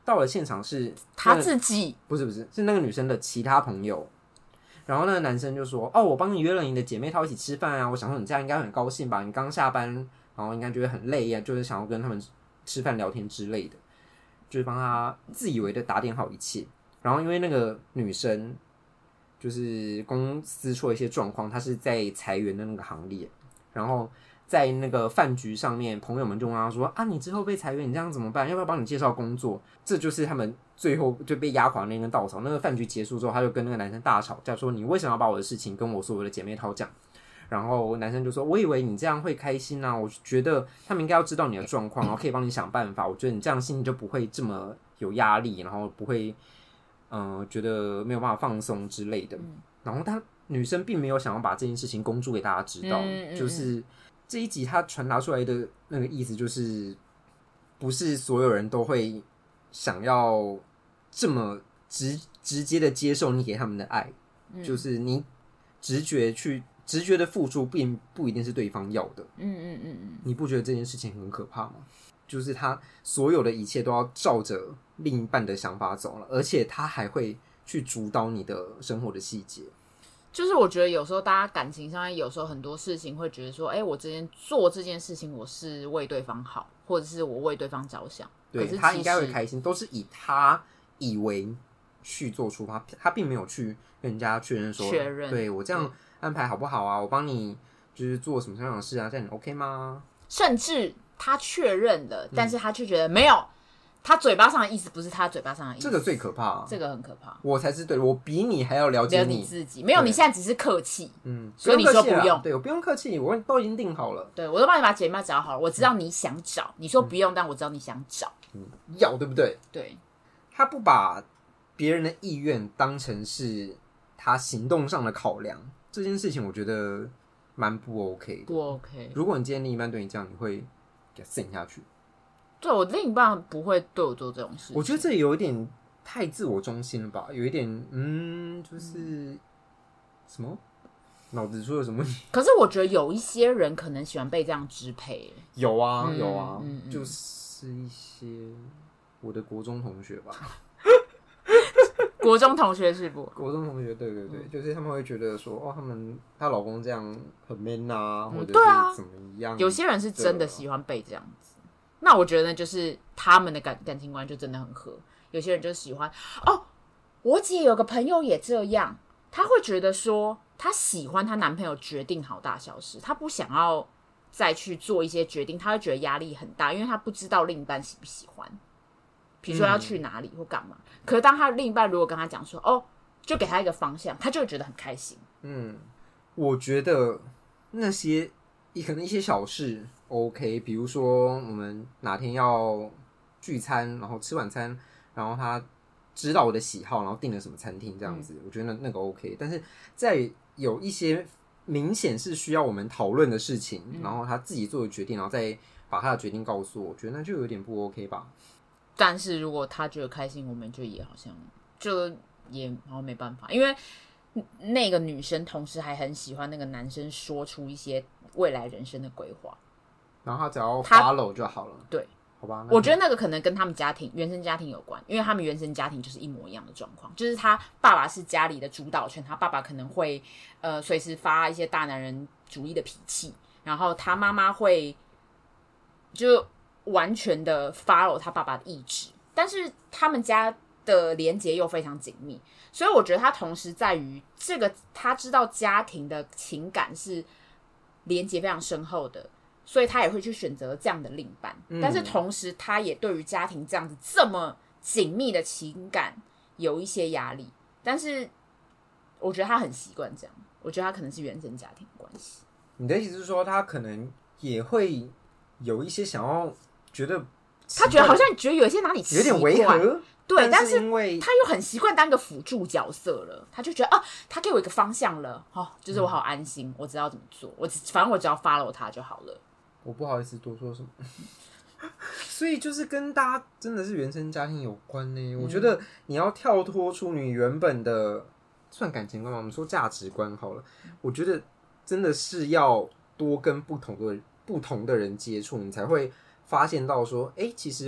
到了现场是他自己， 不是是那个女生的其他朋友。然后那个男生就说：“哦，我帮你约了你的姐妹淘一起吃饭啊，我想说你这样应该很高兴吧？你刚下班，然后应该觉得很累啊，就是想要跟他们吃饭聊天之类的，就是帮他自以为的打点好一切。然后因为那个女生就是公司出了一些状况，她是在裁员的那个行列，然后在那个饭局上面，朋友们就问他说：啊，你之后被裁员，你这样怎么办？要不要帮你介绍工作？这就是他们最后就被压垮那根稻草。那个饭局结束之后，他就跟那个男生大吵架，说你为什么要把我的事情跟我所有的姐妹淘讲？然后男生就说：我以为你这样会开心啊，我觉得他们应该要知道你的状况，然后可以帮你想办法。我觉得你这样心情就不会这么有压力，然后不会觉得没有办法放松之类的。然后女生并没有想要把这件事情公诸给大家知道，就是这一集他传达出来的那个意思就是，不是所有人都会想要这么直接的接受你给他们的爱，就是你直觉的付出并不一定是对方要的。你不觉得这件事情很可怕吗？就是他所有的一切都要照着另一半的想法走了，而且他还会去主导你的生活的细节。 就是我觉得有时候大家感情上面有时候很多事情会觉得说，我做这件事情我是为对方好，或者是我为对方着想， 对， 可是他应该会开心，都是以他以为去做出发，他并没有去跟人家确认说，对我这样安排好不好啊？我帮你就是做什么样的事啊？这样你 OK 吗？ 甚至他确认了，但是他却觉得没有。他嘴巴上的意思不是他嘴巴上的意思， 这个最可怕啊， 这个很可怕。 我才是对的，我比你还要了解你自己。没有，你现在只是客气，所以你说不用。 对，我不用客气，我都已经定好了。 对，我都帮你把姐妹找好了，我知道你想找，你说不用，但我知道你想找。 要对不对？ 对， 他不把别人的意愿当成是他行动上的考量，这件事情我觉得蛮不 OK 的。 不 OK。 如果你今天另一半对你这样，你会给他陷下去？ 对，我另一半不会对我做这种事情。 我觉得这有一点太自我中心了吧，有一点就是什么脑子出了什么？ 可是我觉得有一些人可能喜欢被这样支配。 有啊，就是一些我的国中同学吧。 国中同学是不？ 国中同学，对，就是他们会觉得说，哦，她老公这样很 man 啊，或者是怎么样？ 有些人是真的喜欢被这样子。那我觉得就是他们的感情观就真的很合。有些人就喜欢我姐有个朋友也这样，她会觉得说她喜欢她男朋友决定好大小事，她不想要再去做一些决定，她会觉得压力很大，因为她不知道另一半喜不喜欢，比如说要去哪里或干嘛。可是当她的另一半如果跟她讲说就给她一个方向，她就会觉得很开心。 我觉得那些可能一些小事 OK， 比如说我们哪天要聚餐，然后吃晚餐，然后他知道我的喜好，然后订了什么餐厅这样子，我觉得那个 OK。但是在有一些明显是需要我们讨论的事情，然后他自己做的决定，然后再把他的决定告诉我，觉得那就有点不 OK 吧。 但是如果他觉得开心，我们就也好像就也好像没办法，因为那个女生同时还很喜欢那个男生说出一些未来人生的规划， 然后他只要 follow 就好了。 对， 好吧。 我觉得那个可能跟他们原生家庭有关，因为他们原生家庭就是一模一样的状况，就是他爸爸是家里的主导权，他爸爸可能会随时发一些大男人主义的脾气，然后他妈妈会就完全的 follow 他爸爸的意志，但是他们家的连结又非常紧密，所以我觉得他同时在于这个他知道家庭的情感是连结非常深厚的，所以他也会去选择这样的另一半，但是同时他也对于家庭这样子这么紧密的情感有一些压力，但是我觉得他很习惯这样，我觉得他可能是原生家庭关系。 你的意思是说他可能也会有一些想要觉得他觉得好像觉得有一些哪里奇怪， 有点违和， 对，但是因为他又很习惯当个辅助角色了，他就觉得他给我一个方向了，就是我好安心，我知道怎么做，反正我只要 follow 他就好了。 我不好意思多说什么，所以就是跟大家真的是原生家庭有关呢。我觉得你要跳脱出你原本的算感情观吗？我们说价值观好了，我觉得真的是要多跟不同的人接触，你才会发现到说，其实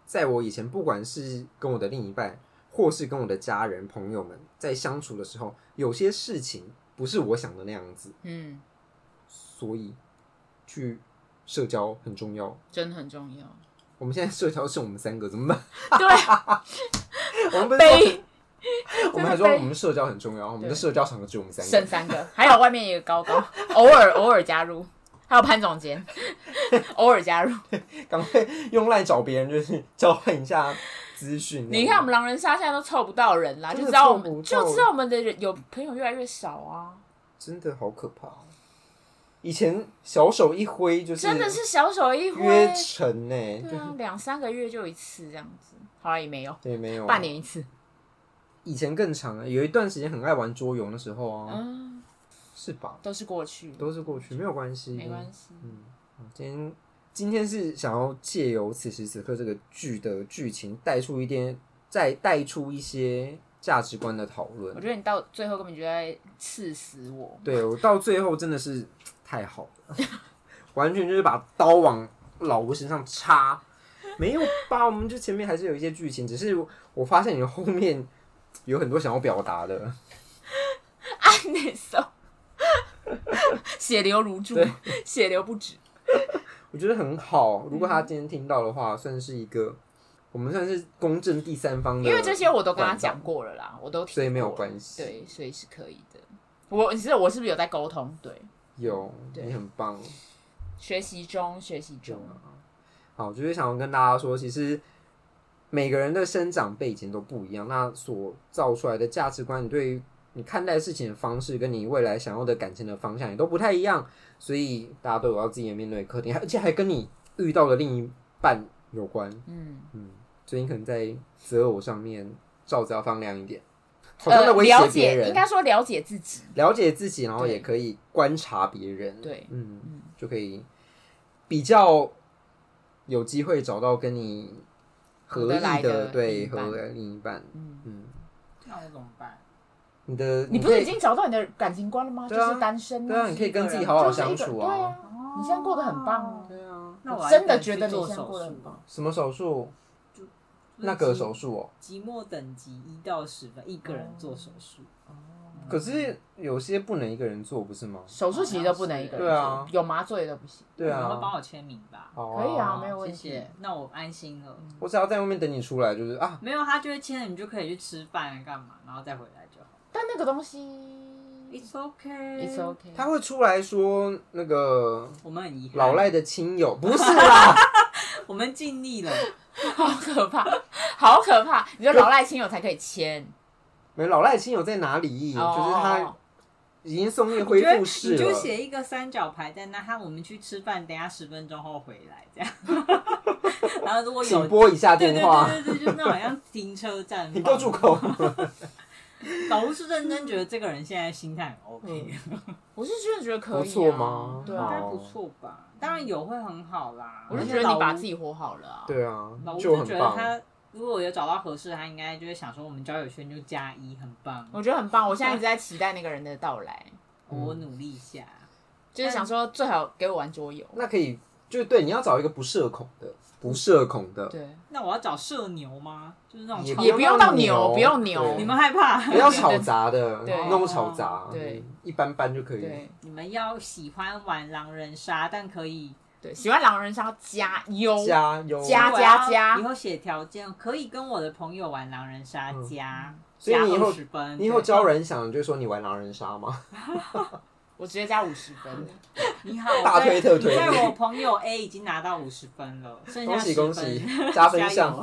在我以前不管是跟我的另一半，或是跟我的家人朋友们在相处的时候，有些事情不是我想的那样子，所以去社交很重要， 真的很重要。 我们现在社交是我们3个，怎么办？ 对， 我们不是说，我们还说我们社交很重要，我们的社交场合只有我们3个， 剩3个，还有外面一个高高，偶尔加入，还有潘总监，偶尔加入， 赶快用赖找别人，就是交换一下资讯。 你看我们狼人杀现在都凑不到人啦，就知道我们的人有朋友越来越少啊， 真的好可怕。以前小手一挥就是真的是小手一挥约成呢， 对啊，2-3个月就一次这样子，好了也没有， 对，没有半年一次。 以前更长啊，有一段时间很爱玩桌游的时候啊，是吧？ 都是过去， 没有关系， 没关系。 今天是想要借由此时此刻这个剧的剧情带出一些价值观的讨论。 我觉得你到最后根本就在刺死我。 对，我到最后真的是太好了，完全就是把刀往老吴身上插。没有吧？我们就前面还是有一些剧情，只是我发现你后面有很多想要表达的。 安内手，血流如注，血流不止。 我觉得很好，如果他今天听到的话，算是一个我们算是公正第三方的， 因为这些我都跟他讲过了啦，我都提过了， 所以没有关系。 对，所以是可以的。我是不是有在沟通？对， 有，你很棒。 学习中。 好，就是想要跟大家说，其实每个人的生长背景都不一样，那所造出来的价值观，你对于你看待事情的方式，跟你未来想要的感情的方向也都不太一样，所以大家都有要自己面对的课题，而且还跟你遇到的另一半有关。所以你可能在择偶上面罩子要放亮一点，好像在威胁别人。 应该说了解自己， 然后也可以观察别人。 对， 就可以比较有机会找到跟你合意的，对，合的另一半。 那我怎么办？ 你不是已经找到你的感情观了吗？就是单身。 对啊，你可以跟自己好好相处啊。 对啊，你现在过得很棒啊。 对啊， 那我真的觉得你现在过得很棒。 什么手术？那个手术哦， 寂寞等级1到10分，一个人做手术。 可是有些不能一个人做，不是吗？ 手术其实都不能一个人做， 对啊， 有麻醉的都不行。 对啊， 你会帮我签名吧？ 可以啊，没有问题。 谢谢，那我安心了。 我只要在外面等你出来，就是啊， 没有他就会签了，你就可以去吃饭干嘛，然后再回来就好。 但那个东西 ，It's okay， It's okay。 他会出来说那个我们很遗憾， 老赖的亲友不是啦， 我们尽力了， 好可怕，好可怕！你说老赖亲友才可以签。 没老赖亲友在哪里？就是他已经送验恢复室了， 你就写一个3角牌在那，我们去吃饭，等一下10分钟后回来这样。然后如果有， 请拨一下电话， 对，就那好像停车站， 你给我住口。 老吴是认真觉得这个人现在心态很 OK， 我是真的觉得可以， 不错吗？ 对应该不错吧？当然有会很好啦。 我就觉得你把自己活好了啊。 对啊， 老吴就觉得他如果有找到合适，他应该就会想说我们交友圈就+1，很棒。 我觉得很棒，我现在一直在期待那个人的到来。 我努力一下， 就是想说最好给我玩桌游。 那可以，就对，你要找一个不社恐的。 对， 那我要找社牛吗？就是那种也不用到牛，不用牛， 你们害怕？ 不要吵杂的， 对， 弄吵杂， 对， 一般般就可以。 对， 你们要喜欢玩狼人杀，但可以对喜欢狼人杀加油， 以后写条件可以跟我的朋友玩狼人杀加。 所以你以后招人想就说你玩狼人杀吗？ 我直接加50分。 你好， 大推特推。 在我朋友 A 已经拿到50分了，剩下10分， 恭喜加分项。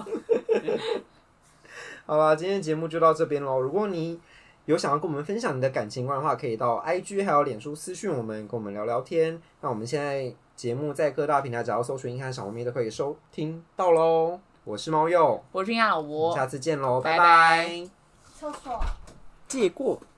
好了，今天的节目就到这边咯。如果你有想要跟我们分享你的感情观的话，可以到 IG 还有脸书私讯我们，跟我们聊聊天。那我们现在节目在各大平台只要搜寻硬汉小猫咪都可以收听到咯。我是猫鼬， 我是硬汉老吴， 下次见咯，拜拜。 厕所借过。